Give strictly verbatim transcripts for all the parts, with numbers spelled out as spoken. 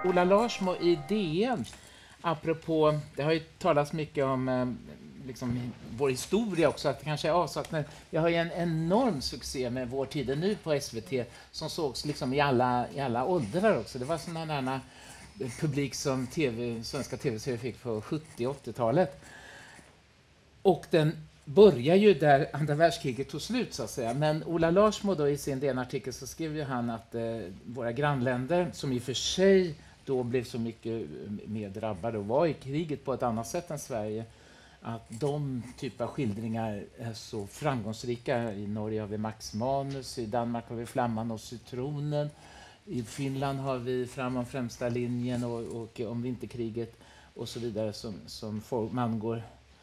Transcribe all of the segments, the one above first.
Ola Larsmo i D N, apropå, det har ju talats mycket om eh, liksom, vår historia också, att det kanske är avsaknad. Jag har ju en enorm succé med Vår tid nu på S V T som sågs liksom i alla, i alla åldrar också. Det var sådana där publik som T V, svenska tv-serier fick på sjuttio- och åttiotalet. Och den börjar ju där andra världskriget tog slut så att säga. Men Ola Larsmo då i sin D N-artikel så skrev ju han att eh, våra grannländer, som i och för sig då blev så mycket mer drabbade och var i kriget på ett annat sätt än Sverige, att de typer av skildringar är så framgångsrika. I Norge har vi Max Manus, i Danmark har vi Flamman och citronen, i Finland har vi Fram om främsta linjen och, och om vinterkriget och så vidare, som, som folk, man går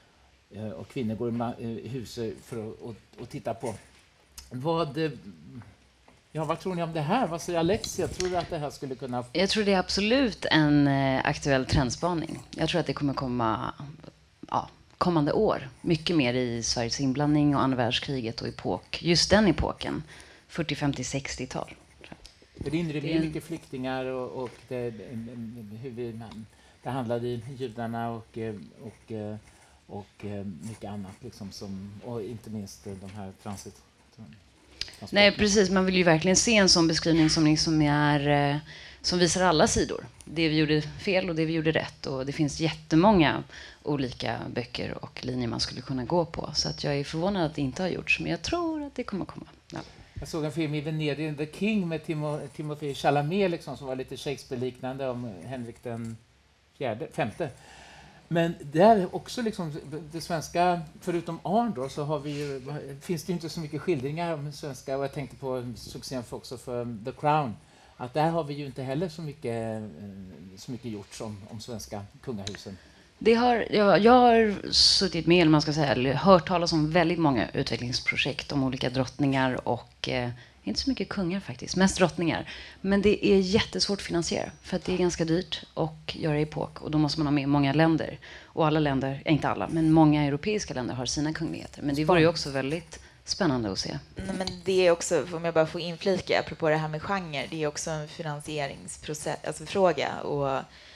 och kvinnor går i huset för att och, och titta på. Vad, ja, vad tror ni om det här? Vad säger Alexia? Tror du att det här skulle kunna... Jag tror det är absolut en eh, aktuell trendspaning. Jag tror att det kommer komma ja, kommande år. Mycket mer i Sveriges inblandning och andra världskriget och epok. Just den epoken. fyrtio, femtio, sextio-tal. Det inrymmer ju mycket flyktingar och, och det, hur vi, det handlade i judarna och, och och mycket annat liksom, som, och inte minst de här transit. Nej, precis. Man vill ju verkligen se en sån beskrivning som, liksom är, som visar alla sidor. Det vi gjorde fel och det vi gjorde rätt. Och det finns jättemånga olika böcker och linjer man skulle kunna gå på. Så att jag är förvånad att det inte har gjorts, men jag tror att det kommer komma. Ja. Jag såg en film i Venedig, The King, med Timo, Timothée Chalamet liksom, som var lite Shakespeare-liknande om Henrik den fjärde, femte. Men där också liksom det svenska, förutom Arn då, så har vi ju, finns det ju inte så mycket skildringar om svenska, och jag tänkte på succén för också för The Crown, att där har vi ju inte heller så mycket, så mycket gjort om, om svenska kungahusen. Det har, jag, jag har suttit med, eller man ska säga, eller hört talas om väldigt många utvecklingsprojekt om olika drottningar och eh, inte så mycket kungar faktiskt, mest drottningar. Men det är jättesvårt att finansiera för att det är ganska dyrt och göra epok, och då måste man ha med många länder. Och alla länder, inte alla, men många europeiska länder har sina kungligheter. Men det var ju också väldigt spännande att se. Nej, men det är också, om jag bara får inflika, apropå det här med genre, det är också en finansieringsprocess, alltså fråga. Och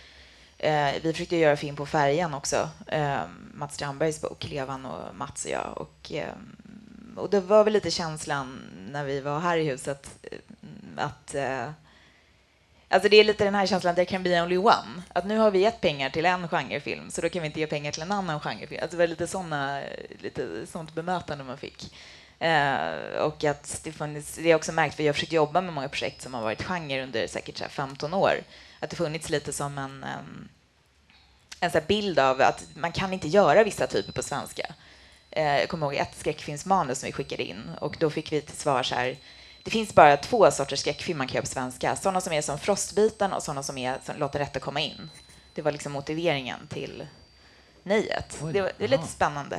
eh, vi försökte göra film på Färjan också, eh, Mats Strandbergs bok, Levan och Mats och jag. Och, eh, och det var väl lite känslan när vi var här i huset att eh, alltså det är lite den här känslan att det kan bli only one. Att nu har vi gett pengar till en genrefilm, så då kan vi inte ge pengar till en annan genrefilm. Alltså det var lite, såna, lite sånt bemötande man fick. Eh, och att det funnits, det är också märkt, för jag har försökt jobba med många projekt som har varit genre under säkert så här femton år. Att det funnits lite som en, en, en så här bild av att man kan inte göra vissa typer på svenska. Eh, jag kommer ihåg ett skräckfilmsmanus som vi skickade in, och då fick vi till svar så här: det finns bara två sorters skräckfilm man kan göra på svenska. Sådana som är som Frostbiten och sådana som är som låter rätt att komma in. Det var liksom motiveringen till nejet. Det, var, det är lite spännande.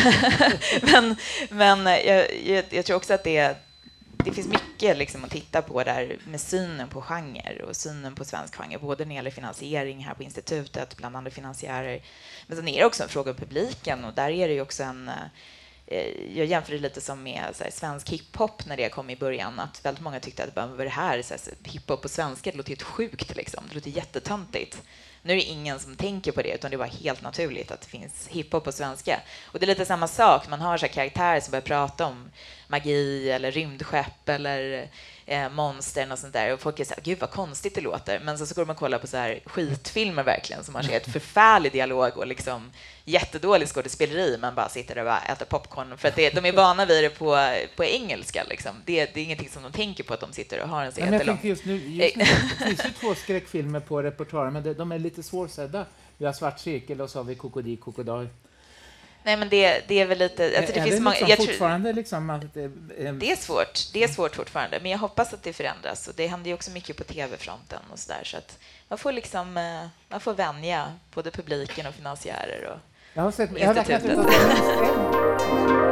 men men jag, jag, jag tror också att det, det finns mycket liksom att titta på där med synen på genre och synen på svensk genre. Både när det gäller finansiering här på institutet, bland andra finansiärer. Men sen är det också en fråga om publiken, och där är det ju också en... Jag jämför det lite som med så här, svensk hiphop när det kom i början, att väldigt många tyckte att vad det här så här, hiphop på svenska, det låter helt sjukt liksom. Det låter jättetöntigt. Nu är det ingen som tänker på det, utan det var helt naturligt att det finns hiphop på svenska. Och det är lite samma sak, man har så här karaktärer som börjar prata om magi eller rymdskepp eller eh, monster och sånt där, och folk är så här, gud vad konstigt det låter. Men så, så går man och kollar på så här skitfilmer verkligen, som har så ett förfärlig dialog och liksom jättedålig skådespeleri, man bara sitter där och bara äter popcorn, för att det, de är vana vid det på, på engelska liksom. Det, det är ingenting som de tänker på, att de sitter och har en så jättelång... jättelång... Just nu, just nu det finns ju två skräckfilmer på repertoaren, men de, de är lite svårsedda. Vi har Svart cirkel och så har vi Kokodi Kokodai. Nej, men det, det är väl lite... Alltså det är finns det många, liksom jag fortfarande liksom att det, eh, det är svårt. Det är svårt fortfarande, men jag hoppas att det förändras. Och det händer ju också mycket på tv-fronten och så där, så att man får liksom man får vänja både publiken och finansiärer och jag har sett, institutet. Jag har